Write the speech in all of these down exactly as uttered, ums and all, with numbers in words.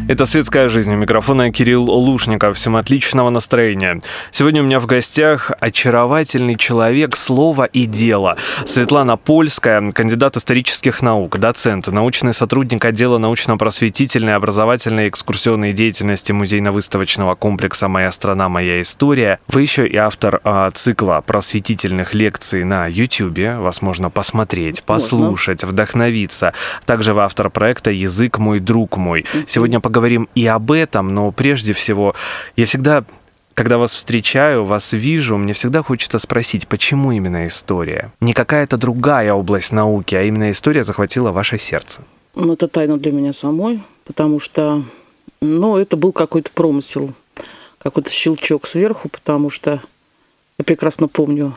Это «Светская жизнь». У микрофона Кирилл Лушников. Всем отличного настроения. Сегодня у меня в гостях очаровательный человек слова и дела. Светлана Польская, кандидат исторических наук, доцент, научный сотрудник отдела научно-просветительной, образовательной и экскурсионной деятельности музейно-выставочного комплекса «Моя страна, моя история». Вы еще и автор а, цикла просветительных лекций на Ютьюбе. Вас можно посмотреть, послушать, можно вдохновиться. Также вы автор проекта «Язык мой, друг мой». Сегодня поговорим Говорим и об этом, но прежде всего, я всегда, когда вас встречаю, вас вижу, мне всегда хочется спросить, почему именно история? Не какая-то другая область науки, а именно история захватила ваше сердце. Ну, это тайна для меня самой, потому что, ну, это был какой-то промысел, какой-то щелчок сверху, потому что я прекрасно помню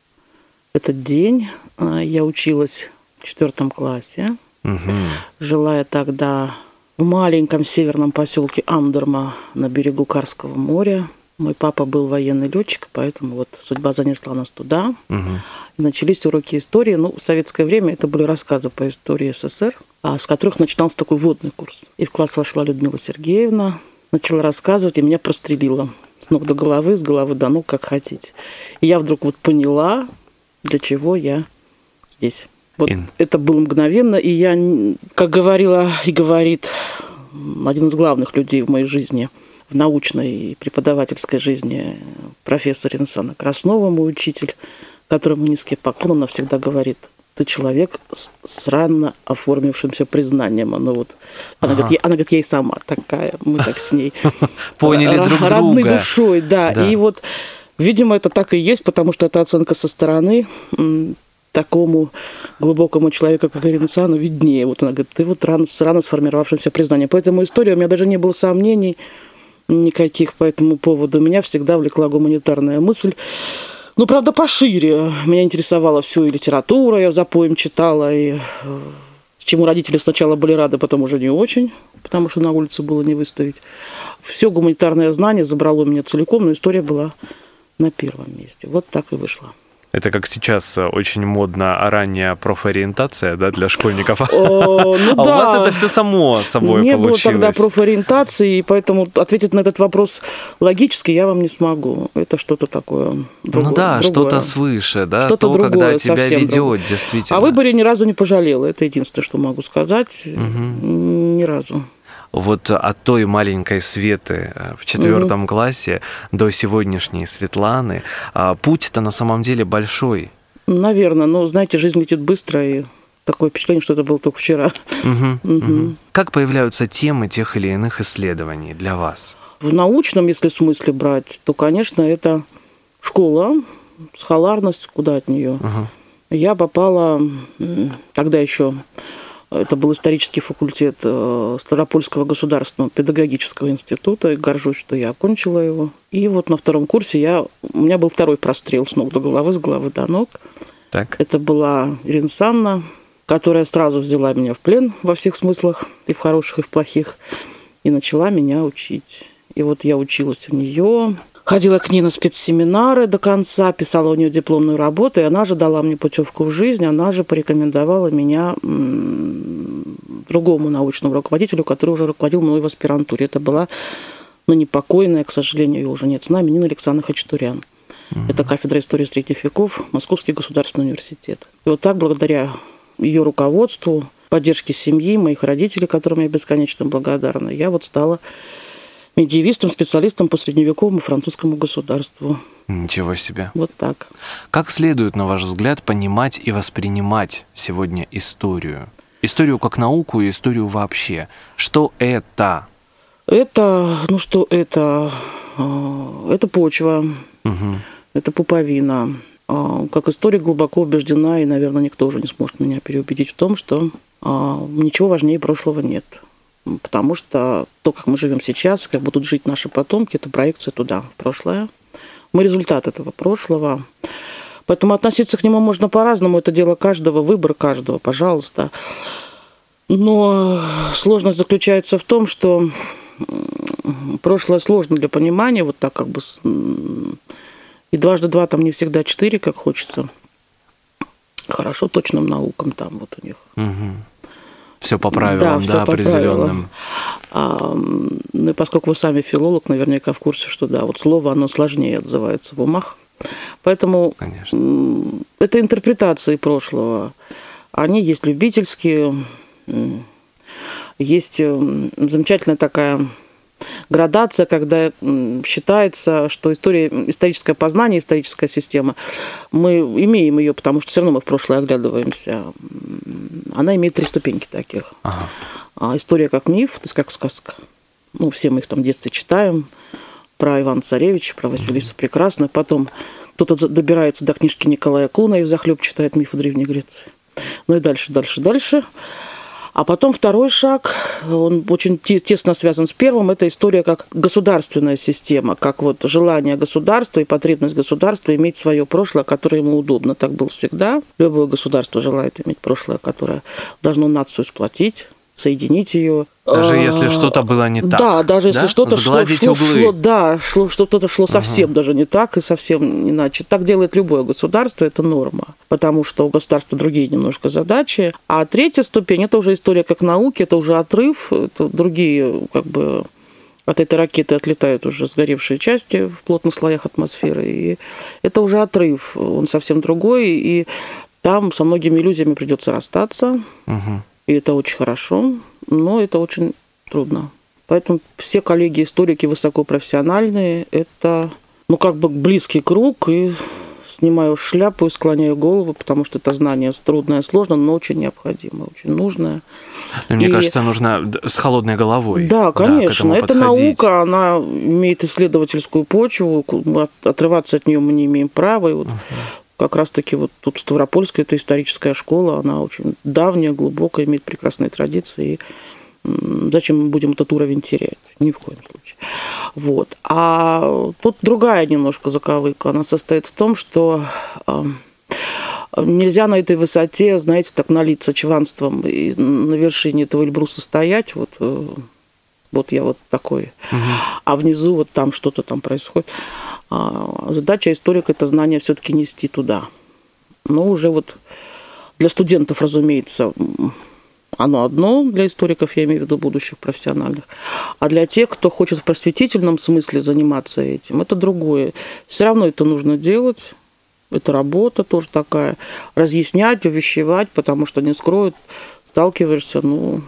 этот день. Я училась в четвертом классе, угу. Жила я тогда в маленьком северном поселке Амдерма на берегу Карского моря. Мой папа был военный летчик, поэтому вот судьба занесла нас туда. Угу. И начались уроки истории. Ну, в советское время это были рассказы по истории СССР, а с которых начинался такой вводный курс. И в класс вошла Людмила Сергеевна, начала рассказывать, и меня прострелила с ног до головы, с головы до ног, как хотите. И я вдруг вот поняла, для чего я здесь. Вот In. Это было мгновенно, и я, как говорила и говорит один из главных людей в моей жизни, в научной и преподавательской жизни, профессор Ренсана Краснова, мой учитель, которому низкий поклон, она всегда говорит: ты человек с, с рано оформившимся признанием. Она, вот, она, ага. говорит, я, она говорит, я и сама такая, мы так с ней поняли друг друга. Родной душой, да. И вот, видимо, это так и есть, потому что это оценка со стороны. Такому глубокому человеку, как Ирина Сану, виднее. Вот она говорит, ты вот рано, с рано сформировавшимся признанием. Поэтому история, у меня даже не было сомнений никаких по этому поводу. Меня всегда влекла гуманитарная мысль. Ну, правда, пошире. Меня интересовала все и литература, я запоем читала, и чему родители сначала были рады, потом уже не очень, потому что на улицу было не выставить. Все гуманитарное знание забрало меня целиком, но история была на первом месте. Вот так и вышло. Это как сейчас очень модно ранняя профориентация, да, для школьников. О, ну а да. у вас это все само собой не получилось. Не было тогда профориентации, и поэтому ответить на этот вопрос логически я вам не смогу. Это что-то такое другое. Ну да, другое. что-то свыше, да, что-то то, другое, когда тебя ведет, другое. действительно. О выборе ни разу не пожалела, это единственное, что могу сказать. Угу. Ни разу. Вот от той маленькой Светы в четвертом угу. классе до сегодняшней Светланы путь-то на самом деле большой. Наверное, но, знаете, жизнь летит быстро, и такое впечатление, что это было только вчера. Угу. Угу. Угу. Как появляются темы тех или иных исследований для вас? В научном, если смысле брать, то, конечно, это школа, схоларность, куда от нее. Угу. Я попала тогда еще... Это был исторический факультет Ставропольского государственного педагогического института. И горжусь, что я окончила его. И вот на втором курсе я... у меня был второй прострел с ног до головы, с головы до ног. Так. Это была Ирина Санна, которая сразу взяла меня в плен во всех смыслах, и в хороших, и в плохих, и начала меня учить. И вот я училась у нее... Ходила к ней на спецсеминары до конца, писала у нее дипломную работу, и она же дала мне путевку в жизнь, она же порекомендовала меня другому научному руководителю, который уже руководил мной в аспирантуре. Это была, ну, непокойная, к сожалению, ее уже нет с нами, Нина Александровна Хачатурян. Mm-hmm. Это кафедра истории средних веков, Московский государственный университет. И вот так, благодаря ее руководству, поддержке семьи, моих родителей, которым я бесконечно благодарна, я вот стала... медиевистом, специалистом по средневековому французскому государству. Ничего себе. Вот так. Как следует, на ваш взгляд, понимать и воспринимать сегодня историю? Историю как науку и историю вообще. Что это? Это, ну что это? Это почва, угу. Это пуповина. Как историк глубоко убеждена, и, наверное, никто уже не сможет меня переубедить в том, что ничего важнее прошлого нет. Потому что то, как мы живем сейчас, как будут жить наши потомки, это проекция туда, в прошлое. Мы результат этого прошлого. Поэтому относиться к нему можно по-разному. Это дело каждого, выбор каждого, пожалуйста. Но сложность заключается в том, что прошлое сложно для понимания, вот так как бы... И дважды два там не всегда четыре, как хочется. Хорошо точным наукам там вот у них. Угу. Все по правилам, да, да, по определенным. Правилам. А, ну и поскольку вы сами филолог, наверняка в курсе, что да, вот слово, оно сложнее отзывается в умах. Поэтому Конечно. Это интерпретации прошлого. Они есть любительские, есть замечательная такая градация, когда считается, что история, историческое познание, историческая система, мы имеем ее, потому что все равно мы в прошлое оглядываемся. Она имеет три ступеньки таких. Ага. История как миф, то есть как сказка. Ну, все мы их там в детстве читаем. Про Ивана Царевича, про Василису mm-hmm. Прекрасную. Потом кто-то добирается до книжки Николая Куна и взахлеб читает мифы Древней Греции. Ну и дальше, дальше, дальше. А потом второй шаг, он очень тесно связан с первым, это история как государственная система, как вот желание государства и потребность государства иметь свое прошлое, которое ему удобно. Так было всегда. Любое государство желает иметь прошлое, которое должно нацию сплотить, соединить ее. Даже если что-то было не так. Да, даже если да? что-то шло, шло, шло, да, шло, что-то шло совсем uh-huh. даже не так и совсем иначе. Так делает любое государство, это норма, потому что у государства другие немножко задачи. А третья ступень – это уже история как науки, это уже отрыв, это другие, как бы, от этой ракеты отлетают уже сгоревшие части в плотных слоях атмосферы, и это уже отрыв, он совсем другой, и там со многими иллюзиями придется расстаться. Uh-huh. И это очень хорошо, но это очень трудно. Поэтому все коллеги-историки высокопрофессиональные. Это, ну, как бы близкий круг. И снимаю шляпу и склоняю голову, потому что это знание трудное, сложное, но очень необходимое, очень нужное. Но мне и... кажется, нужно с холодной головой. Да, конечно. Да, это наука, она имеет исследовательскую почву. Отрываться от нее мы не имеем права. И вот uh-huh. как раз-таки вот тут Ставропольская, это историческая школа, она очень давняя, глубокая, имеет прекрасные традиции. И зачем мы будем этот уровень терять? Ни в коем случае. Вот. А тут другая немножко заковыка. Она состоит в том, что нельзя на этой высоте, знаете, так налиться чванством и на вершине этого Эльбруса стоять. Вот, вот я вот такой. Угу. А внизу вот там что-то там происходит. Задача историка – это знание все-таки нести туда. Но уже вот для студентов, разумеется, оно одно, для историков, я имею в виду будущих профессиональных. А для тех, кто хочет в просветительном смысле заниматься этим, это другое. Все равно это нужно делать. Это работа тоже такая. Разъяснять, увещевать, потому что не скроют, сталкиваешься, ну...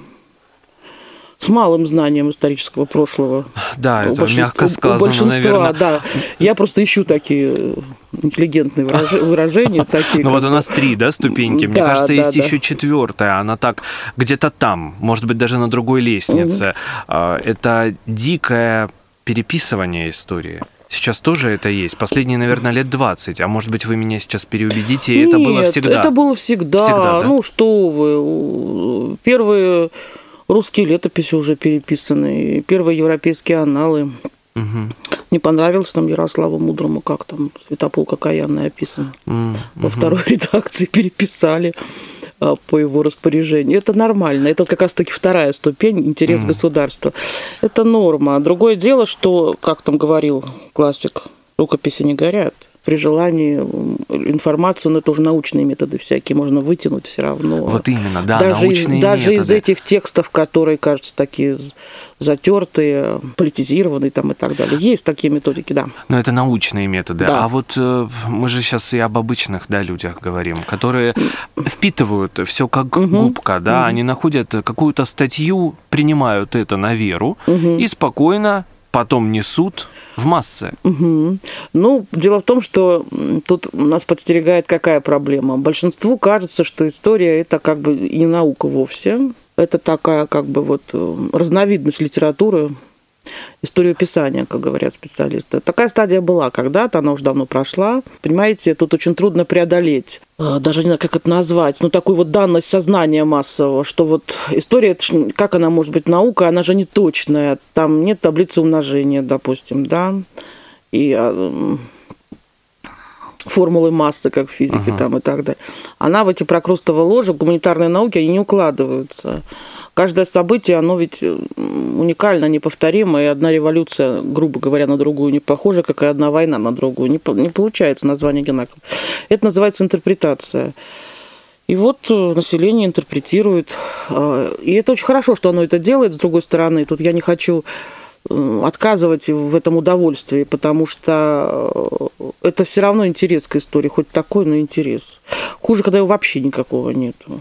с малым знанием исторического прошлого. Да, это мягко сказано, у большинства, наверное. Да. Я просто ищу такие интеллигентные выражения. Такие, ну вот у нас три, да, ступеньки. Мне да, кажется, да, есть да. еще четвертая. Она так где-то там, может быть, даже на другой лестнице. Угу. Это дикое переписывание истории. Сейчас тоже это есть. Последние, наверное, лет двадцать. А может быть, вы меня сейчас переубедите, и Нет, это было всегда? это было всегда. всегда да? Ну что вы. Первые... русские летописи уже переписаны, первые европейские аналы. Угу. Не понравилось там Ярославу Мудрому, как там Святополк окаянный описан. Угу. Во второй редакции переписали а, по его распоряжению. Это нормально. Это как раз-таки вторая ступень, интерес угу. государства. Это норма. Другое дело, что, как там говорил классик, рукописи не горят. При желании информацию, но это уже научные методы всякие, можно вытянуть все равно. Вот именно, да, даже научные из, даже методы. Из этих текстов, которые кажутся такие затертые, политизированные там и так далее. Есть такие методики, да. Но это научные методы. Да. А вот э, мы же сейчас и об обычных, да, людях говорим, которые впитывают все как угу. губка, да, угу. они находят какую-то статью, принимают это на веру угу. и спокойно потом несут в массы. Угу. Ну, дело в том, что тут нас подстерегает какая проблема. Большинству кажется, что история – это как бы и не наука вовсе. Это такая как бы вот разновидность литературы, историописания, как говорят специалисты. Такая стадия была когда-то, она уже давно прошла. Понимаете, тут очень трудно преодолеть. Даже не знаю, как это назвать. Ну, такую вот данность сознания массового, что вот история, как она может быть наука, она же не точная. Там нет таблицы умножения, допустим, да, и формулы массы, как в физике, uh-huh. там и так далее. Она в эти прокрустово ложи, в гуманитарной науке, они не укладываются. Каждое событие, оно ведь уникально, неповторимо, и одна революция, грубо говоря, на другую не похожа, как и одна война на другую. Не, не получается название одинаково. Это называется интерпретация. И вот население интерпретирует. И это очень хорошо, что оно это делает, с другой стороны. Тут я не хочу отказывать в этом удовольствии, потому что это все равно интерес к истории, хоть такой, но интерес. Хуже, когда его вообще никакого нету.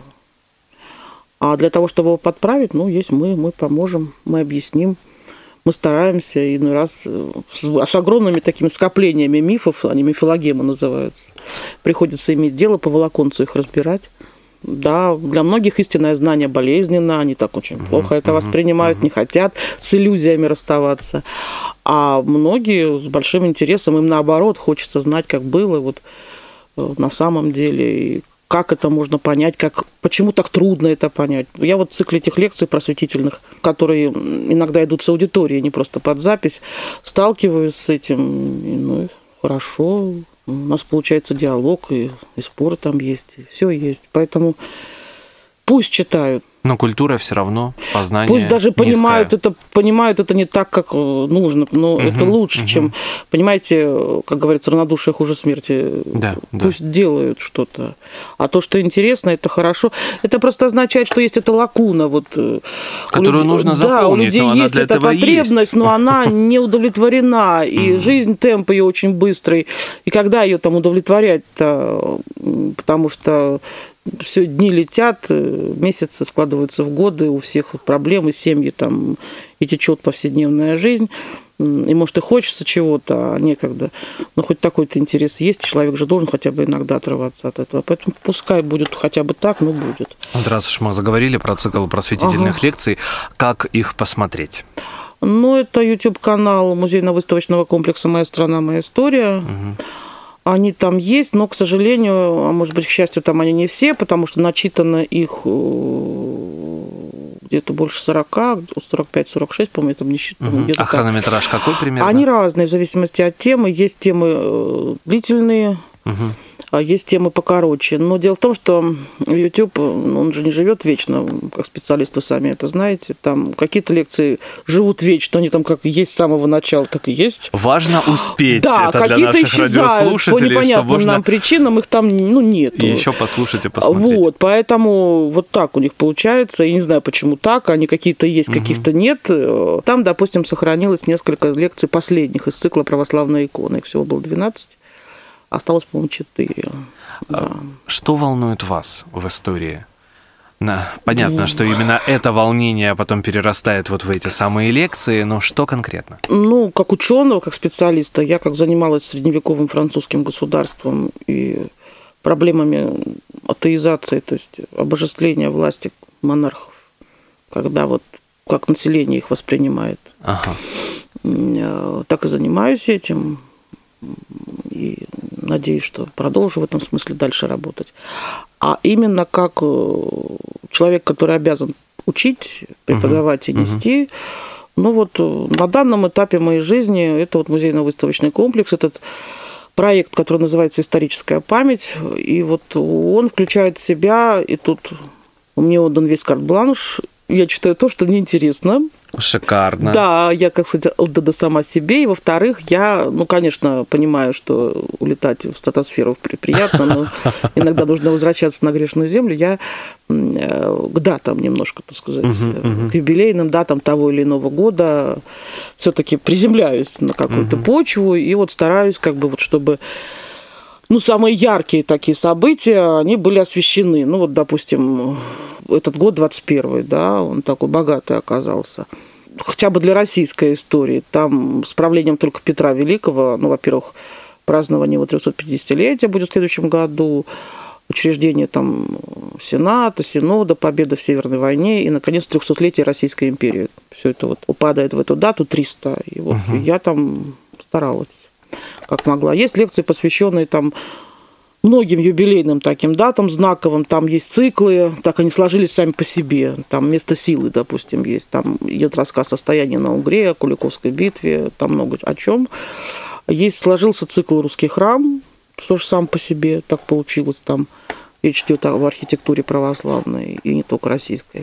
А для того, чтобы его подправить, ну, есть мы, мы поможем, мы объясним, мы стараемся, иной раз с, с огромными такими скоплениями мифов, они мифологемы называются, приходится иметь дело, по волоконцу их разбирать. Да, для многих истинное знание болезненно, они так очень uh-huh, плохо это uh-huh, воспринимают, uh-huh. не хотят с иллюзиями расставаться. А многие с большим интересом, им наоборот, хочется знать, как было вот на самом деле, и как это можно понять, как, почему так трудно это понять. Я вот в цикле этих лекций просветительных, которые иногда идут с аудиторией, не просто под запись, сталкиваюсь с этим, и, ну, и хорошо. У нас получается диалог, и, и споры там есть, и все есть. Поэтому пусть читают. Но культура все равно, познание Пусть даже низкое. понимают это, понимают это не так, как нужно, но угу, это лучше, угу. чем, понимаете, как говорится, равнодушие хуже смерти. Да, Пусть да. делают что-то. А то, что интересно, это хорошо. Это просто означает, что есть эта лакуна. Вот, которую людей, нужно заполнить, да, у людей но есть эта потребность, есть. но она не удовлетворена. И жизнь, темп ее очень быстрый. И когда ее там удовлетворять-то? Потому что все дни летят, месяцы складываются в годы, у всех проблемы, семьи, там, и течет повседневная жизнь. И, может, и хочется чего-то, а некогда. Но хоть такой-то интерес есть, человек же должен хотя бы иногда отрываться от этого. Поэтому пускай будет хотя бы так, но будет. Вот раз уж мы заговорили про цикл просветительных ага. лекций, как их посмотреть? Ну, это YouTube-канал музейно-выставочного комплекса «Моя страна, моя история». Угу. Они там есть, но, к сожалению, а может быть, к счастью, там они не все, потому что начитано их где-то больше сорока, сорок пять сорок шесть, по-моему, я там не считаю. Угу. А хронометраж какой примерно? Они разные, в зависимости от темы. Есть темы длительные, угу. а есть темы покороче. Но дело в том, что YouTube, он же не живет вечно, как специалисты сами это знаете. Там какие-то лекции живут вечно, они там как есть с самого начала, так и есть. Важно успеть. Да, это какие-то для наших исчезают по непонятным можно... нам причинам, их там ну, нет. И еще послушать и посмотреть. Вот, поэтому вот так у них получается. Я не знаю, почему так. Они какие-то есть, угу. каких-то нет. Там, допустим, сохранилось несколько лекций последних из цикла «Православная икона». Их всего было двенадцать. Осталось, по-моему, четыре. Да. Что волнует вас в истории? Понятно, что именно это волнение потом перерастает вот в эти самые лекции, но что конкретно? Ну, как ученого, как специалиста, я как занималась средневековым французским государством и проблемами атеизации, то есть обожествления власти монархов, когда вот как население их воспринимает. Ага. Так и занимаюсь этим. И надеюсь, что продолжу в этом смысле дальше работать. А именно как человек, который обязан учить, преподавать uh-huh. и нести. Uh-huh. Ну вот на данном этапе моей жизни это вот музейно-выставочный комплекс, этот проект, который называется «Историческая память». И вот он включает в себя, и тут мне отдан весь карт-бланш. Я читаю то, что мне интересно. Шикарно. Да, я, как сказать, отдана сама себе. И, во-вторых, я, ну, конечно, понимаю, что улетать в стратосферу приятно, но иногда нужно возвращаться на грешную землю. Я к датам немножко, так сказать, uh-huh, uh-huh. к юбилейным датам того или иного года все-таки приземляюсь на какую-то uh-huh. почву и вот стараюсь, как бы, вот, чтобы... Ну, самые яркие такие события, они были освещены. Ну, вот, допустим, этот год двадцать первый, да, он такой богатый оказался. Хотя бы для российской истории. Там с правлением только Петра Великого, ну, во-первых, празднование его трехсотпятидесятилетия будет в следующем году, учреждение там Сената, Синода, победа в Северной войне и, наконец, трехсотлетие Российской империи. Все это вот упадает в эту дату, триста. И вот угу. я там старалась, как могла. Есть лекции, посвященные там многим юбилейным таким датам, знаковым. Там есть циклы, так они сложились сами по себе. Там «Место силы», допустим, есть. Там идет рассказ о состоянии на Угре, о Куликовской битве, там много о чем. Есть сложился цикл «Русский храм», тоже сам по себе так получилось. Там речь идет об архитектуре православной и не только российской.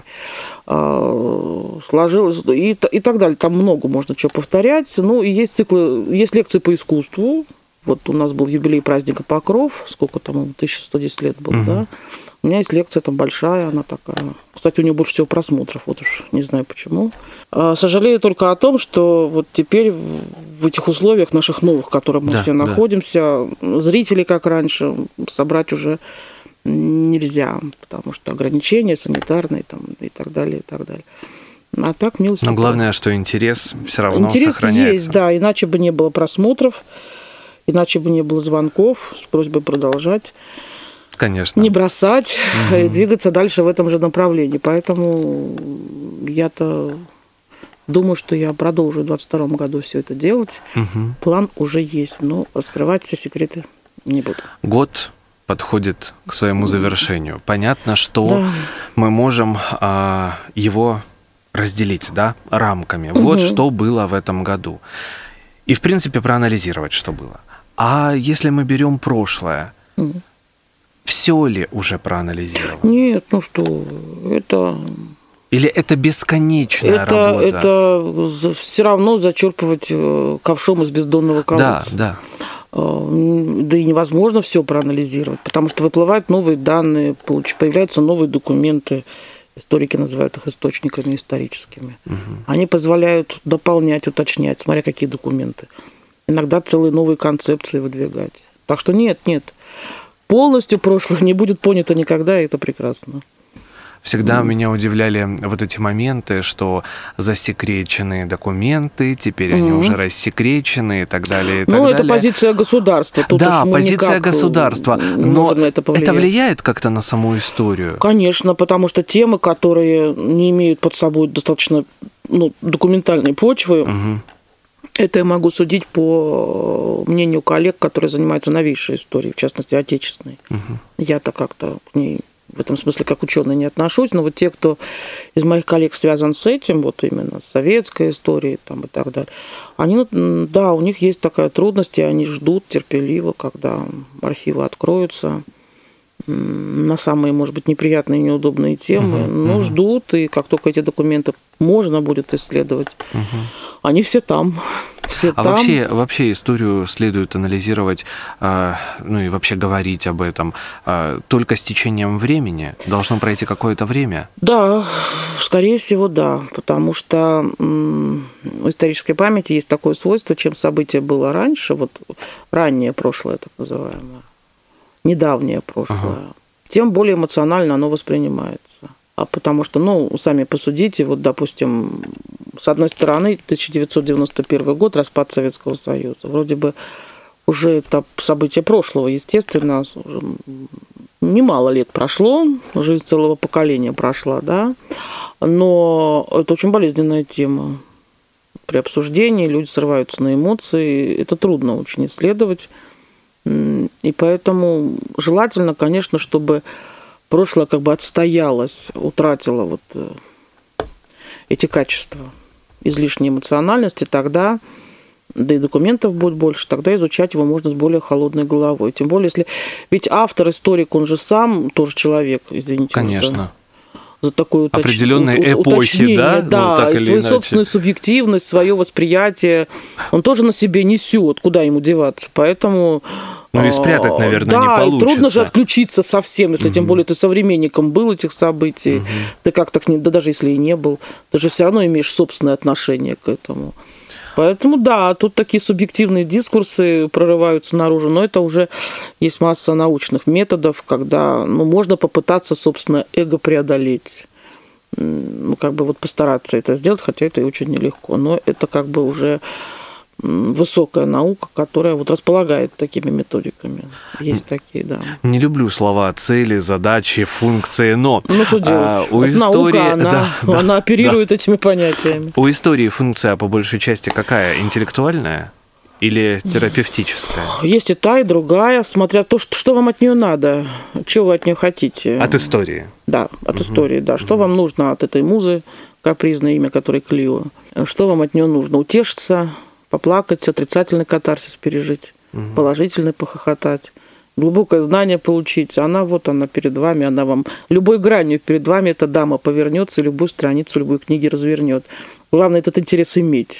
Сложилось и, и так далее. Там много можно чего повторять. Ну, и есть циклы, есть лекции по искусству. Вот у нас был юбилей праздника Покров. Сколько там, тысяча сто десять лет было, угу. да? У меня есть лекция там большая, она такая. Кстати, у нее больше всего просмотров, вот уж не знаю почему. Сожалею только о том, что вот теперь в этих условиях наших новых, в которых мы да, все да. находимся, зрителей, как раньше, собрать уже нельзя, потому что ограничения санитарные там, и так далее, и так далее. А так, милость. Но главное, что интерес все равно интерес сохраняется. Есть, да, иначе бы не было просмотров, иначе бы не было звонков с просьбой продолжать. Конечно. Не бросать угу. и двигаться дальше в этом же направлении. Поэтому я-то думаю, что я продолжу в двадцать втором году все это делать. Угу. План уже есть, но раскрывать все секреты не буду. Год подходит к своему завершению. Понятно, что да. мы можем а, его разделить, да, рамками. Угу. Вот что было в этом году. И, в принципе, проанализировать, что было. А если мы берем прошлое, угу. все ли уже проанализировано? Нет, ну что, это... Или это бесконечная это, работа? Это все равно зачерпывать ковшом из бездонного колодца. Да, да. Да и невозможно все проанализировать, потому что выплывают новые данные, появляются новые документы. Историки называют их источниками историческими. Угу. Они позволяют дополнять, уточнять, смотря какие документы. Иногда целые новые концепции выдвигать. Так что нет, нет. Полностью прошлое не будет понято никогда, и это прекрасно. Всегда mm. меня удивляли вот эти моменты, что засекреченные документы, теперь mm. они уже рассекречены и так далее. И так ну, далее. это позиция государства. Тут да, позиция государства. Но это, это влияет как-то на саму историю? Конечно, потому что темы, которые не имеют под собой достаточно ну, документальной почвы, mm-hmm. это я могу судить по мнению коллег, которые занимаются новейшей историей, в частности, отечественной. Mm-hmm. Я-то как-то к ней... в этом смысле как ученый не отношусь, но вот те, кто из моих коллег связан с этим, вот именно с советской историей там, и так далее, они, да, у них есть такая трудность, и они ждут терпеливо, когда архивы откроются на самые, может быть, неприятные и неудобные темы, uh-huh, но uh-huh. ждут, и как только эти документы можно будет исследовать, uh-huh. они все там. Все а там. Вообще, вообще историю следует анализировать, э, ну и вообще говорить об этом э, только с течением времени? Должно пройти какое-то время? Да, скорее всего, да, потому что м- у исторической памяти есть такое свойство, чем событие было раньше, вот раннее прошлое, так называемое, недавнее прошлое, ага. тем более эмоционально оно воспринимается. А потому что, ну, сами посудите, вот, допустим, с одной стороны, тысяча девятьсот девяносто первый год, распад Советского Союза. Вроде бы уже это событие прошлого, естественно, немало лет прошло, жизнь целого поколения прошла, да, но это очень болезненная тема. При обсуждении люди срываются на эмоции, это трудно очень исследовать. И поэтому желательно, конечно, чтобы прошлое как бы отстоялось, утратило вот эти качества излишней эмоциональности, тогда, да и документов будет больше, тогда изучать его можно с более холодной головой. Тем более, если... Ведь автор, историк, он же сам тоже человек, извините. Конечно. За, за такое уточ... определенной эпохи, уточнение, да? Да, ну, так и или свою иначе. Собственную субъективность, свое восприятие он тоже на себе несет, куда ему деваться. Поэтому... Ну и спрятать, наверное, да, не получится. Да, трудно же отключиться совсем, если угу. тем более ты современником был этих событий. Угу. Ты как-то, да даже если и не был, ты же все равно имеешь собственное отношение к этому. Поэтому да, тут такие субъективные дискурсы прорываются наружу, но это уже есть масса научных методов, когда ну, можно попытаться, собственно, эго преодолеть. Ну, как бы вот постараться это сделать, хотя это и очень нелегко. Но это как бы уже... высокая наука, которая вот располагает такими методиками. Есть такие, да. Не люблю слова цели, задачи, функции, но... Ну, что делать? А, у вот истории... Наука, она, да, она да, оперирует да. этими понятиями. У истории функция по большей части какая? Интеллектуальная или терапевтическая? Есть и та, и другая, смотря то, что, что вам от нее надо, что вы от нее хотите. От истории? Да, от угу. истории, да. Что угу. вам нужно от этой музы, капризное имя которой Клио? Что вам от нее нужно? Утешиться, поплакать, отрицательный катарсис пережить, угу. положительный похохотать, глубокое знание получить. Она вот она перед вами, она вам любой гранью перед вами эта дама повернется, любую страницу любой книги развернет. Главное этот интерес иметь.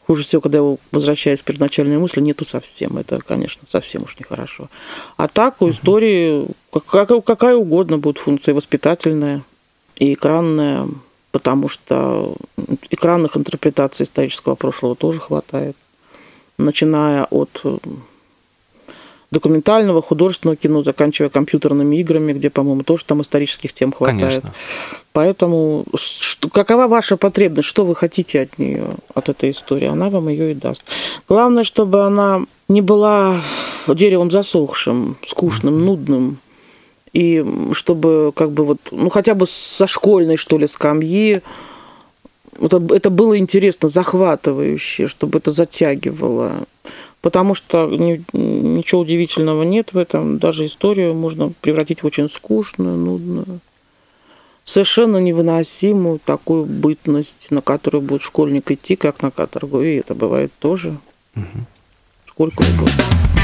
Хуже всего, когда его, возвращаясь к первоначальной мысли, нету совсем. Это, конечно, совсем уж нехорошо. А так у истории какая, какая угодно будет функция, воспитательная и экранная, потому что экранных интерпретаций исторического прошлого тоже хватает. Начиная от документального, художественного кино, заканчивая компьютерными играми, где, по-моему, тоже там исторических тем хватает. Конечно. Поэтому что, какова ваша потребность, что вы хотите от нее, от этой истории, она вам ее и даст. Главное, чтобы она не была деревом засохшим, скучным, нудным, и чтобы как бы вот, ну хотя бы со школьной, что ли, скамьи, это, это было интересно, захватывающе, чтобы это затягивало. Потому что ничего удивительного нет в этом. Даже историю можно превратить в очень скучную, нудную, совершенно невыносимую такую бытность, на которую будет школьник идти, как на каторгу. И это бывает тоже. Угу. Сколько угодно.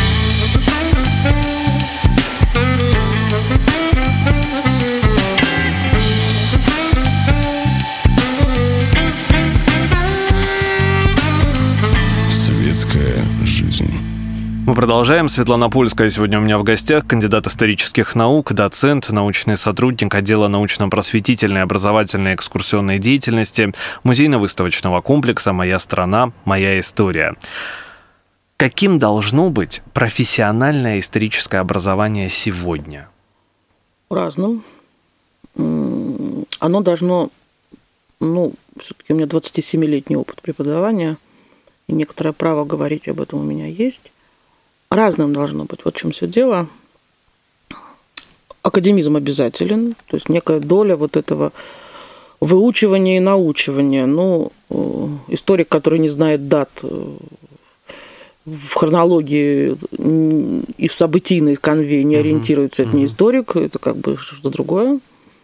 Мы продолжаем. Светлана Польская сегодня у меня в гостях, кандидат исторических наук, доцент, научный сотрудник отдела научно-просветительной, образовательной и экскурсионной деятельности музейно-выставочного комплекса «Моя страна. Моя история». Каким должно быть профессиональное историческое образование сегодня? Разным. Оно должно, ну, все-таки у меня двадцатисемилетний опыт преподавания, и некоторое право говорить об этом у меня есть. Разным должно быть. Вот в чем все дело. Академизм обязателен, то есть некая доля вот этого выучивания и научивания. Ну, историк, который не знает дат в хронологии и в событийной канве не ориентируется, uh-huh. это не историк, это как бы что-то другое.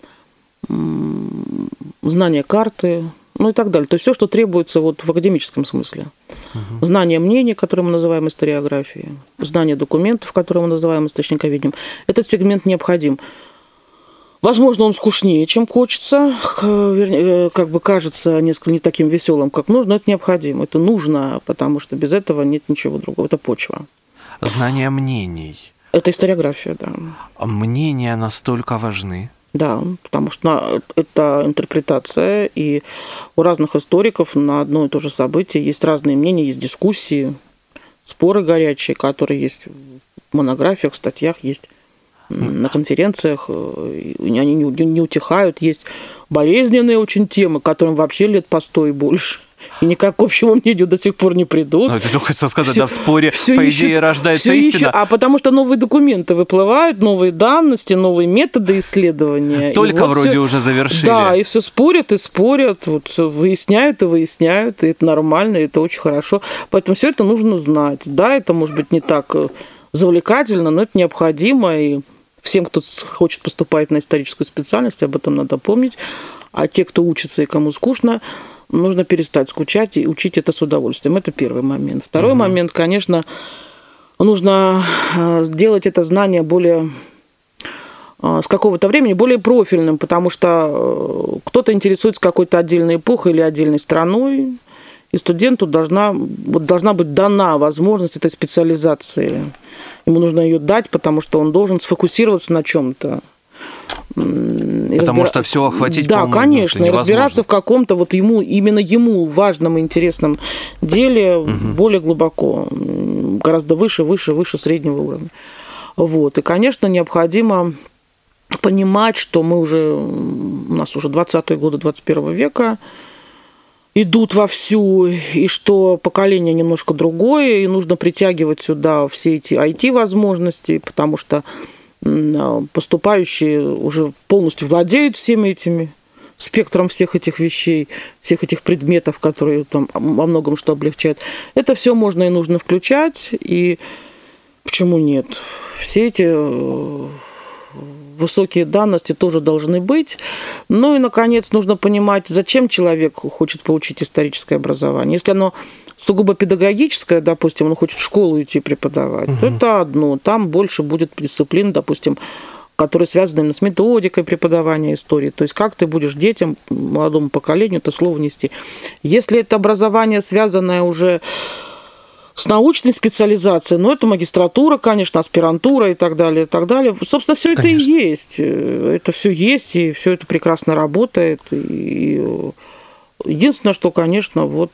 Знание карты, ну и так далее. То есть все, что требуется вот в академическом смысле. Uh-huh. Знание мнений, которые мы называем историографией, знание документов, которые мы называем источниковедением. Этот сегмент необходим. Возможно, он скучнее, чем хочется, как бы кажется несколько не таким веселым, как нужно, но это необходимо. Это нужно, потому что без этого нет ничего другого. Это почва. Знание мнений. Это историография, да. А мнения настолько важны? Да, потому что это интерпретация, и у разных историков на одно и то же событие есть разные мнения, есть дискуссии, споры горячие, которые есть в монографиях, в статьях, есть на конференциях, они не утихают, есть болезненные очень темы, которым вообще лет по сто и больше. И никак к общему мнению до сих пор не придут. Ну, это только хотел сказать, всё, да, в споре, по ищут, идее, рождается истина. Ищут, а потому что новые документы выплывают, новые данности, новые методы исследования. Только вот вроде всё, уже завершили. Да, и все спорят, и спорят, вот всё выясняют и выясняют, и это нормально, и это очень хорошо. Поэтому все это нужно знать. Да, это может быть не так завлекательно, но это необходимо, и всем, кто хочет поступать на историческую специальность, об этом надо помнить. А те, кто учится и кому скучно, нужно перестать скучать и учить это с удовольствием. Это первый момент. Второй угу. момент, конечно, нужно сделать это знание более с какого-то времени более профильным, потому что кто-то интересуется какой-то отдельной эпохой или отдельной страной, и студенту должна, вот должна быть дана возможность этой специализации. Ему нужно ее дать, потому что он должен сфокусироваться на чем-то. Потому разбира... что все охватить, да, по-моему, конечно, и разбираться в каком-то вот ему, именно ему важном и интересном деле угу. более глубоко, гораздо выше, выше, выше среднего уровня. Вот. И, конечно, необходимо понимать, что мы уже, у нас уже двадцатые годы двадцать первого века идут вовсю, и что поколение немножко другое, и нужно притягивать сюда все эти ай ти-возможности, потому что поступающие уже полностью владеют всеми этими спектром всех этих вещей, всех этих предметов, которые там во многом что облегчают. Это все можно и нужно включать, и почему нет? Все эти высокие данности тоже должны быть. Ну и, наконец, нужно понимать, зачем человек хочет получить историческое образование. Если оно сугубо педагогическое, допустим, он хочет в школу идти преподавать, угу. то это одно. Там больше будет дисциплин, допустим, которые связаны именно с методикой преподавания истории. То есть как ты будешь детям, молодому поколению это слово нести. Если это образование, связанное уже с научной специализацией, ну, это магистратура, конечно, аспирантура и так далее, и так далее. Собственно, все это и есть. Это все есть, и все это прекрасно работает. И единственное, что, конечно, вот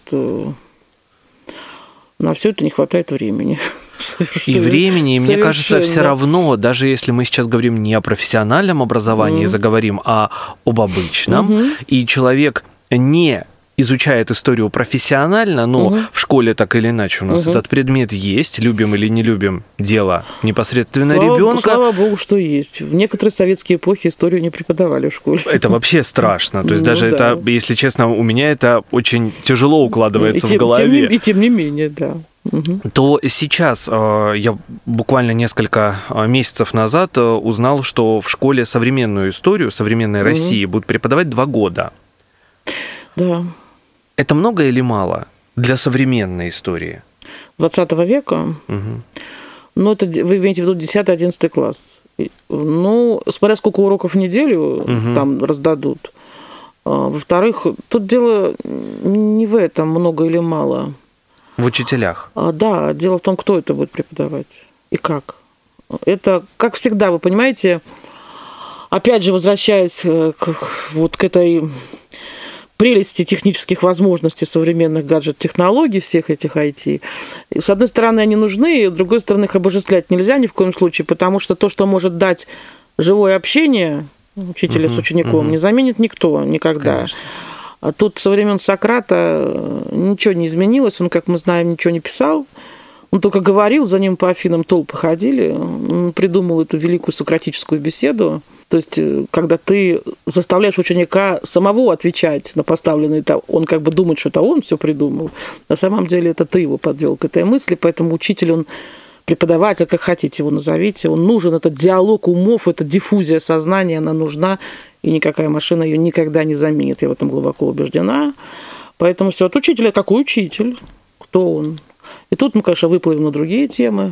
на все это не хватает времени. И времени, и мне кажется, все равно, даже если мы сейчас говорим не о профессиональном образовании, mm-hmm. заговорим, а об обычном, mm-hmm. и человек не изучает историю профессионально, но угу. в школе так или иначе у нас угу. этот предмет есть, любим или не любим, дело непосредственно слава, ребенка. Слава богу, что есть. В некоторые советские эпохи историю не преподавали в школе. Это вообще страшно. То есть ну, даже да. это, если честно, у меня это очень тяжело укладывается тем, в голове. Тем не, и тем не менее, да. Угу. То сейчас я буквально несколько месяцев назад узнал, что в школе современную историю современной угу. России будут преподавать два года. Да. Это много или мало для современной истории? двадцатого века? Угу. Ну, это вы имеете в виду десятый-одиннадцатый класс. Ну, смотря сколько уроков в неделю угу. там раздадут. Во-вторых, тут дело не в этом, много или мало. В учителях? Да, дело в том, кто это будет преподавать и как. Это, как всегда, вы понимаете, опять же, возвращаясь к, вот к этой прелести технических возможностей современных гаджет-технологий, всех этих ай ти. И, с одной стороны, они нужны, и с другой стороны, их обожествлять нельзя ни в коем случае, потому что то, что может дать живое общение учителя uh-huh, с учеником, uh-huh. не заменит никто никогда. Конечно. А тут со времен Сократа ничего не изменилось, он, как мы знаем, ничего не писал. Он только говорил, за ним по Афинам толпы ходили, он придумал эту великую сократическую беседу. То есть, когда ты заставляешь ученика самого отвечать на поставленные, он как бы думает, что это он все придумал. На самом деле это ты его подвел к этой мысли, поэтому учитель, он преподаватель, как хотите его назовите, он нужен, этот диалог умов, эта диффузия сознания, она нужна, и никакая машина ее никогда не заменит, я в этом глубоко убеждена. Поэтому все, от учителя какой учитель, кто он. И тут мы, конечно, выплывем на другие темы,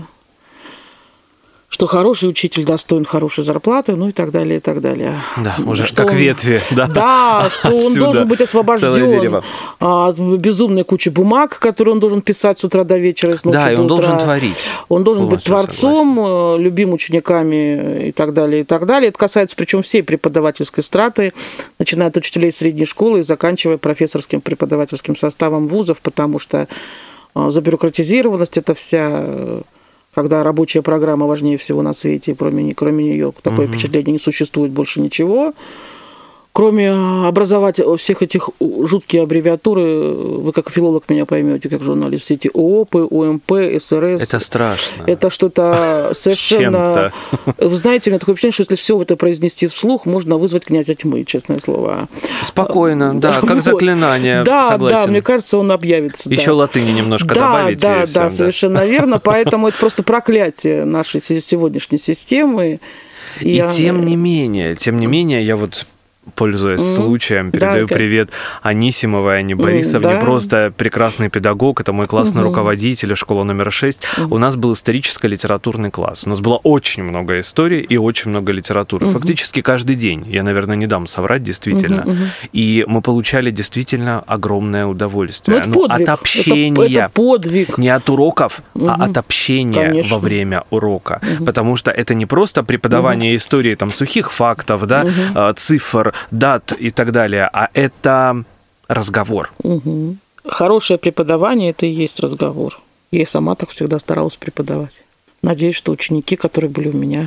что хороший учитель достоин хорошей зарплаты, ну и так далее, и так далее. Да, уже что как он, ветви. Да, да что он должен быть освобожден от безумной кучи бумаг, которые он должен писать с утра до вечера, с ночи да, до и он утра. должен творить. Он должен быть творцом, согласен. Любим учениками и так далее, и так далее. Это касается причем всей преподавательской страты, начиная от учителей средней школы и заканчивая профессорским преподавательским составом вузов, потому что забюрократизированность это вся... когда рабочая программа важнее всего на свете, кроме, кроме нее такое угу. впечатление не существует больше ничего. Кроме образования всех этих жуткие аббревиатуры, вы как филолог меня поймете, как журналист, все эти ООПы, ОМП, СРС. Это страшно. Это что-то совершенно... Вы знаете, у меня такое впечатление, что если все это произнести вслух, можно вызвать князя тьмы, честное слово. Спокойно, да, как вот. Заклинание, да, согласен. Да, мне кажется, он объявится. Еще да. латыни немножко да, добавить. Да, всем, да, да, совершенно верно, поэтому это просто проклятие нашей сегодняшней системы. И, и тем не менее, тем не менее, я вот... пользуясь mm-hmm. случаем, передаю да, привет Анисимовой Анне Борисовне, mm-hmm. просто прекрасный педагог, это мой классный mm-hmm. руководитель, школа номер шесть. Mm-hmm. У нас был историческо-литературный класс. У нас было очень много историй и очень много литературы. Mm-hmm. Фактически каждый день. Я, наверное, не дам соврать, действительно. Mm-hmm. И мы получали действительно огромное удовольствие. Ну, ну, от общения. Это, это подвиг. Не от уроков, mm-hmm. а от общения Конечно. Во время урока. Mm-hmm. Потому что это не просто преподавание mm-hmm. истории, там, сухих фактов, да, mm-hmm. цифр, дат и так далее, а это разговор. Угу. Хорошее преподавание – это и есть разговор. Я и сама так всегда старалась преподавать. Надеюсь, что ученики, которые были у меня,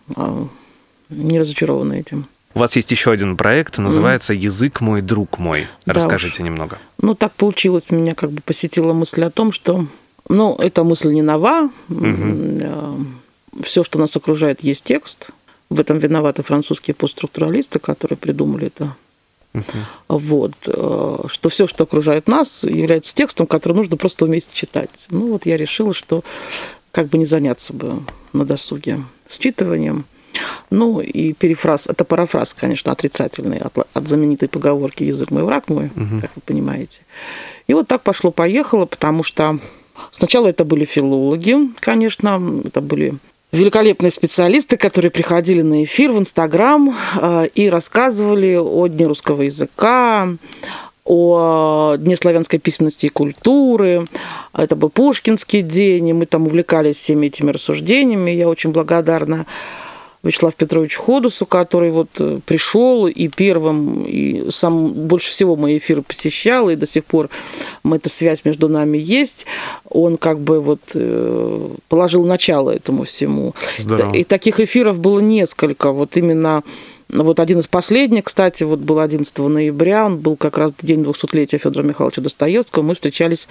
не разочарованы этим. У вас есть еще один проект, называется «Язык мой, друг мой». Да Расскажите уж. Немного. Ну, так получилось, меня как бы посетила мысль о том, что, ну, эта мысль не нова. Угу. Все, что нас окружает, есть текст. В этом виноваты французские постструктуралисты, которые придумали это. Uh-huh. Вот. Что все, что окружает нас, является текстом, который нужно просто уметь читать. Ну вот я решила, что как бы не заняться бы на досуге считыванием. Ну и перефраз, это парафраз, конечно, отрицательный от, от знаменитой поговорки «язык мой, враг мой», uh-huh. как вы понимаете. И вот так пошло-поехало, потому что сначала это были филологи, конечно, это были великолепные специалисты, которые приходили на эфир в Инстаграм и рассказывали о Дне русского языка, о Дне славянской письменности и культуры. Это был Пушкинский день, и мы там увлекались всеми этими рассуждениями. Я очень благодарна Вячеславу Петровичу Ходусу, который вот пришел и первым, и сам больше всего мои эфиры посещал, и до сих пор эта связь между нами есть. Он как бы вот положил начало этому всему. Здорово. И таких эфиров было несколько. Вот именно вот один из последних, кстати, вот был одиннадцатого ноября, он был как раз день двухсотлетия Федора Михайловича Достоевского. Мы встречались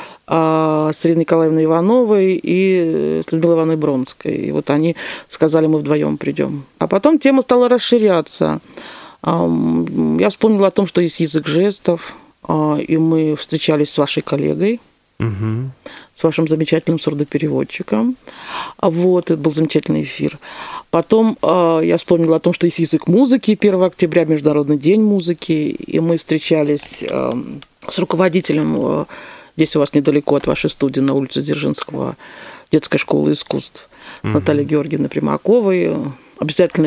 с Ириной Николаевной Ивановой и с Людмилой Ивановной Бронской. И вот они сказали, мы вдвоем придем. А потом тема стала расширяться. Я вспомнила о том, что есть язык жестов, и мы встречались с вашей коллегой, угу. с вашим замечательным сурдопереводчиком. Вот, это был замечательный эфир. Потом я вспомнила о том, что есть язык музыки, первого октября, Международный день музыки, и мы встречались с руководителем. Здесь у вас недалеко от вашей студии, на улице Дзержинского, детской школы искусств, с mm-hmm. Натальей Георгиевной Примаковой. Обязательно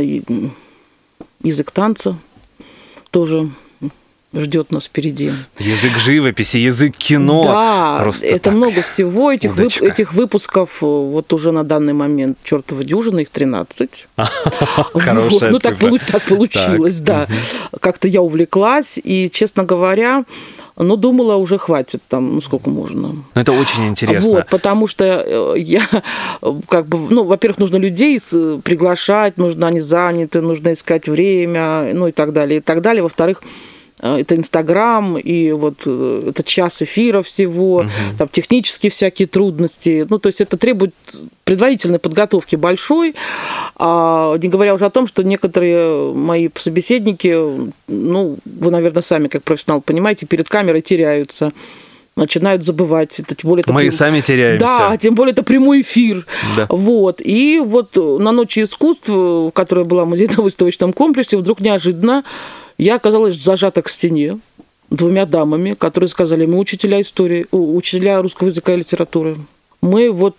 язык танца тоже ждет нас впереди. Язык живописи, язык кино. Да, просто это так. Много всего. Этих, вып, этих выпусков вот уже на данный момент чертова дюжина, их тринадцать. Хорошая Ну, так получилось, да. Как-то я увлеклась, и, честно говоря, но думала, уже хватит там, ну, сколько можно. Ну, это очень интересно. Вот, потому что я, как бы, ну, во-первых, нужно людей приглашать, нужно, они заняты, нужно искать время, ну, и так далее, и так далее. Во-вторых, это Инстаграм, и вот это час эфира всего, угу. там технические всякие трудности. Ну, то есть это требует предварительной подготовки большой, а, не говоря уже о том, что некоторые мои собеседники, ну, вы, наверное, сами как профессионал понимаете, перед камерой теряются, начинают забывать. Это, тем более, это Мы прям... и сами теряемся. Да, тем более это прямой эфир. Да. Вот. И вот на Ночи искусств, которая была в музейно-выставочном комплексе, вдруг неожиданно я оказалась зажата к стене двумя дамами, которые сказали, мы учителя истории, учителя русского языка и литературы. Мы вот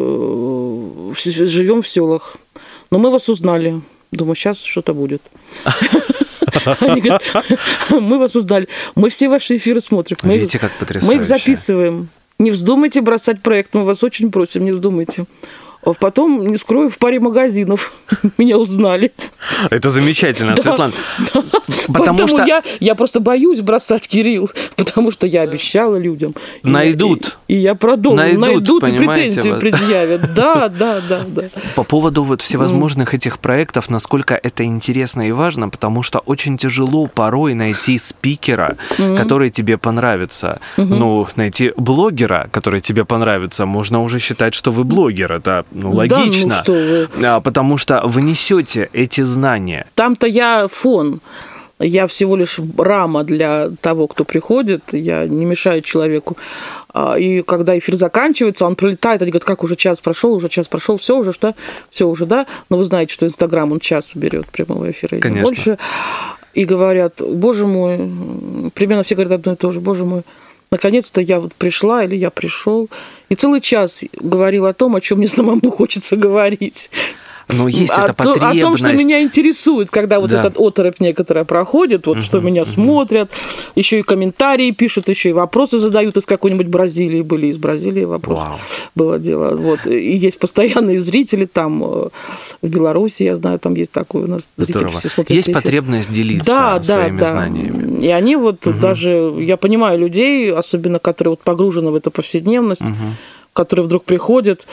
э, живем в селах, но мы вас узнали. Думаю, сейчас что-то будет. Они говорят, мы вас узнали. Мы все ваши эфиры смотрим. Видите, как потрясающе. Мы их записываем. Не вздумайте бросать проект, мы вас очень просим, не вздумайте. Потом, не скрою, в паре магазинов меня узнали. Это замечательно, да, Светлана. Да. Потому Поэтому что... я, я просто боюсь бросать, Кирилл, потому что я обещала людям. Найдут. И, и я продолжу. Найдут, Найдут и претензии вас. предъявят. Да, да, да, да. По поводу вот всевозможных mm. этих проектов, насколько это интересно и важно, потому что очень тяжело порой найти спикера, mm-hmm. который тебе понравится. Mm-hmm. Ну, найти блогера, который тебе понравится, можно уже считать, что вы блогер. Это ну, логично. Да, ну что вы. Потому что вы несете эти знания. Там-то я фон. Я всего лишь рама для того, кто приходит. Я не мешаю человеку. И когда эфир заканчивается, он пролетает, они говорят, как уже час прошел, уже час прошел, все уже, что? Все уже, да? Но вы знаете, что Инстаграм, он час берет прямого эфира. И Конечно. Больше. И говорят, боже мой, примерно все говорят одно и то же, боже мой, наконец-то я вот пришла или я пришел. И целый час говорил о том, о чем мне самому хочется говорить. Но есть о эта то, потребность. О том, что меня интересует, когда вот да. этот оторопь некоторая проходит, вот uh-huh, что меня uh-huh. смотрят, еще и комментарии пишут, еще и вопросы задают из какой-нибудь Бразилии, были из Бразилии вопросы, wow. было дело. Вот. И есть постоянные зрители там, в Беларуси, я знаю, там есть такой у нас зритель. Все смотрят есть эфир. Потребность делиться да, своими да, да. знаниями. И они вот uh-huh. даже, я понимаю людей, особенно которые вот погружены в эту повседневность, uh-huh. которые вдруг приходят.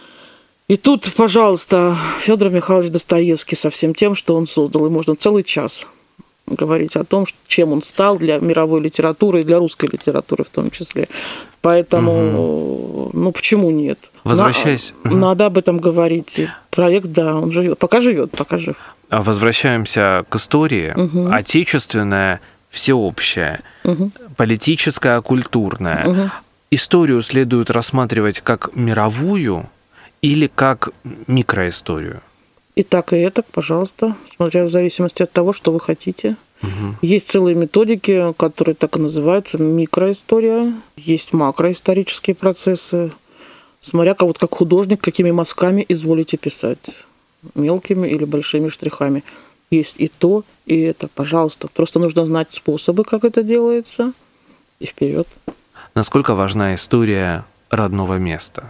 И тут, пожалуйста, Федор Михайлович Достоевский со всем тем, что он создал. И можно целый час говорить о том, чем он стал для мировой литературы и для русской литературы в том числе. Поэтому, угу. ну почему нет? Возвращаясь... На, угу. Надо об этом говорить. И проект, да, он живет. Пока живет, пока жив. Возвращаемся к истории. Угу. Отечественная, всеобщая, угу. политическая, культурная. Угу. Историю следует рассматривать как мировую, или как микроисторию? И так, и это, пожалуйста, смотря в зависимости от того, что вы хотите. Угу. Есть целые методики, которые так и называются микроистория. Есть макроисторические процессы. смотря как, вот как художник, какими мазками изволите писать, мелкими или большими штрихами. Есть и то, и это, пожалуйста. Просто нужно знать способы, как это делается, и вперед. Насколько важна история родного места?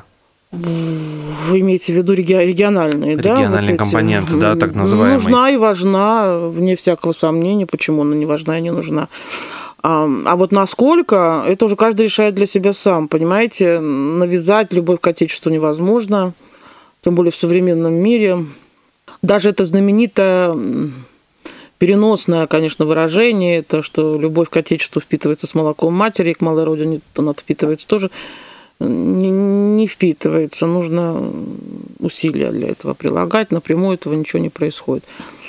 Вы имеете в виду региональные, да? Региональные вот компоненты, эти, да, так называемые. Нужна и важна, вне всякого сомнения, почему она не важна и не нужна. А, а вот насколько, это уже каждый решает для себя сам, понимаете? Навязать любовь к Отечеству невозможно, тем более в современном мире. Даже это знаменитое переносное, конечно, выражение, это что любовь к Отечеству впитывается с молоком матери, и к малой родине она впитывается тоже, не, не впитывается. Нужно усилия для этого прилагать, напрямую этого ничего не происходит.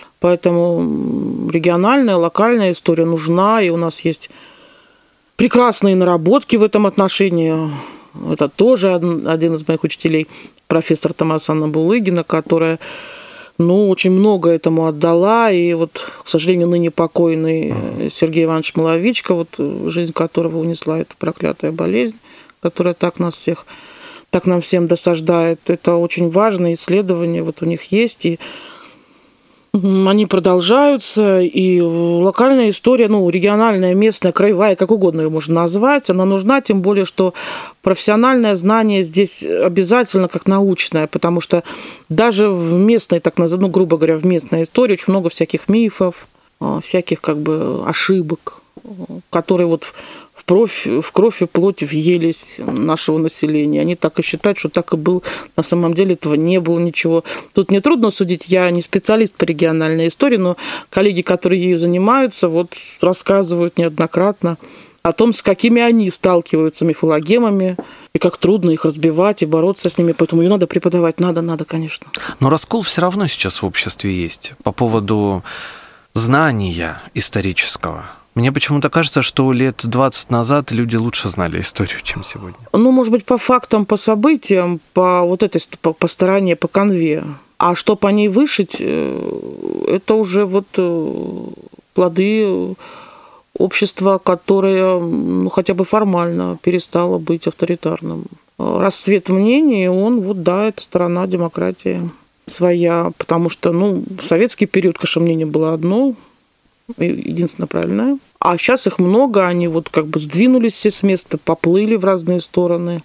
Поэтому региональная, локальная история нужна, и у нас есть прекрасные наработки в этом отношении. Это тоже один из моих учителей, профессор Тамасана Булыгина, которая ну, очень много этому отдала, и вот, к сожалению, ныне покойный Сергей Иванович Маловичко, вот жизнь которого унесла эта проклятая болезнь, которая так нас всех, так нам всем досаждает. Это очень важные исследования, вот у них есть, и они продолжаются, и локальная история, ну, региональная, местная, краевая, как угодно ее можно назвать, она нужна, тем более, что профессиональное знание здесь обязательно как научное, потому что даже в местной, так называемой, ну, грубо говоря, в местной истории очень много всяких мифов, всяких как бы ошибок, которые вот в кровь, в кровь и плоть въелись нашего населения. Они так и считают, что так и было. На самом деле этого не было ничего. Тут мне трудно судить, я не специалист по региональной истории, но коллеги, которые ею занимаются, вот рассказывают неоднократно о том, с какими они сталкиваются мифологемами, и как трудно их разбивать и бороться с ними. Поэтому ее надо преподавать, надо, надо, конечно. Но раскол все равно сейчас в обществе есть по поводу знания исторического. Мне почему-то кажется, что лет двадцать назад люди лучше знали историю, чем сегодня. Ну, может быть, по фактам, по событиям, по вот этой по, по стороне, по канве. А что по ней вышить, это уже вот плоды общества, которое, ну, хотя бы формально перестало быть авторитарным. Расцвет мнений, он, вот да, это сторона демократии своя, потому что, ну, в советский период, конечно, мнение было одно, единственно правильное. А сейчас их много, они вот как бы сдвинулись все с места, поплыли в разные стороны.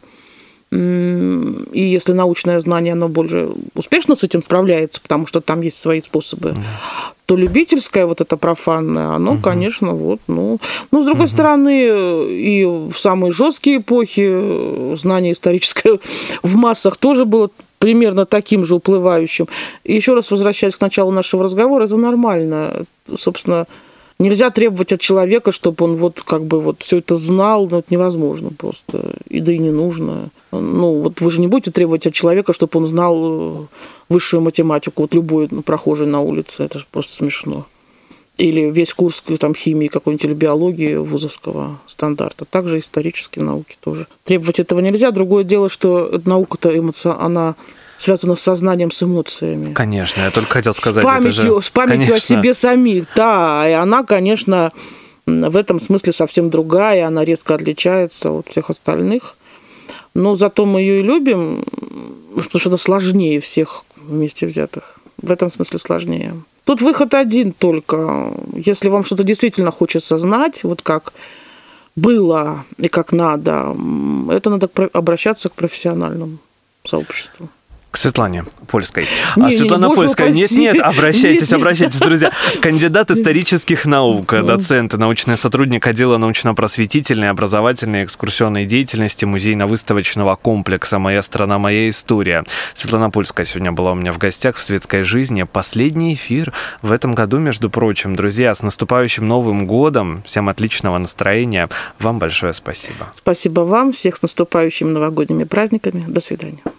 И если научное знание, оно больше успешно с этим справляется, потому что там есть свои способы, mm. то любительское, вот это профанное, оно, mm-hmm. конечно, вот, ну... Ну, с другой mm-hmm. стороны, и в самые жесткие эпохи знание историческое в массах тоже было примерно таким же уплывающим. И еще раз возвращаясь к началу нашего разговора, это нормально. Собственно, нельзя требовать от человека, чтобы он вот как бы вот все это знал, но это невозможно просто, и да и не нужно. Ну, вот вы же не будете требовать от человека, чтобы он знал высшую математику, вот любой ну, прохожий на улице, это же просто смешно. Или весь курс там, химии какой-нибудь или биологии вузовского стандарта. Также исторические науки тоже. Требовать этого нельзя. Другое дело, что наука-то эмоция, она связана с сознанием, с эмоциями. Конечно, я только хотел сказать. С памятью, это же... с памятью конечно. о себе самих. Да, и она, конечно, в этом смысле совсем другая, она резко отличается от всех остальных. Но зато мы ее и любим, потому что она сложнее всех вместе взятых. В этом смысле сложнее. Тут выход один только. Если вам что-то действительно хочется знать, вот как было и как надо, это надо обращаться к профессиональному сообществу. К Светлане Польской. Не, а Светлана не, Польская, нет-нет, обращайтесь, нет, обращайтесь, друзья. Кандидат исторических наук, доцент, научный сотрудник отдела научно-просветительной, образовательной, экскурсионной деятельности музейно-выставочного комплекса «Моя страна, моя история». Светлана Польская сегодня была у меня в гостях в «Светской жизни». Последний эфир в этом году, между прочим. Друзья, с наступающим Новым годом. Всем отличного настроения. Вам большое спасибо. Спасибо вам. Всех с наступающими новогодними праздниками. До свидания.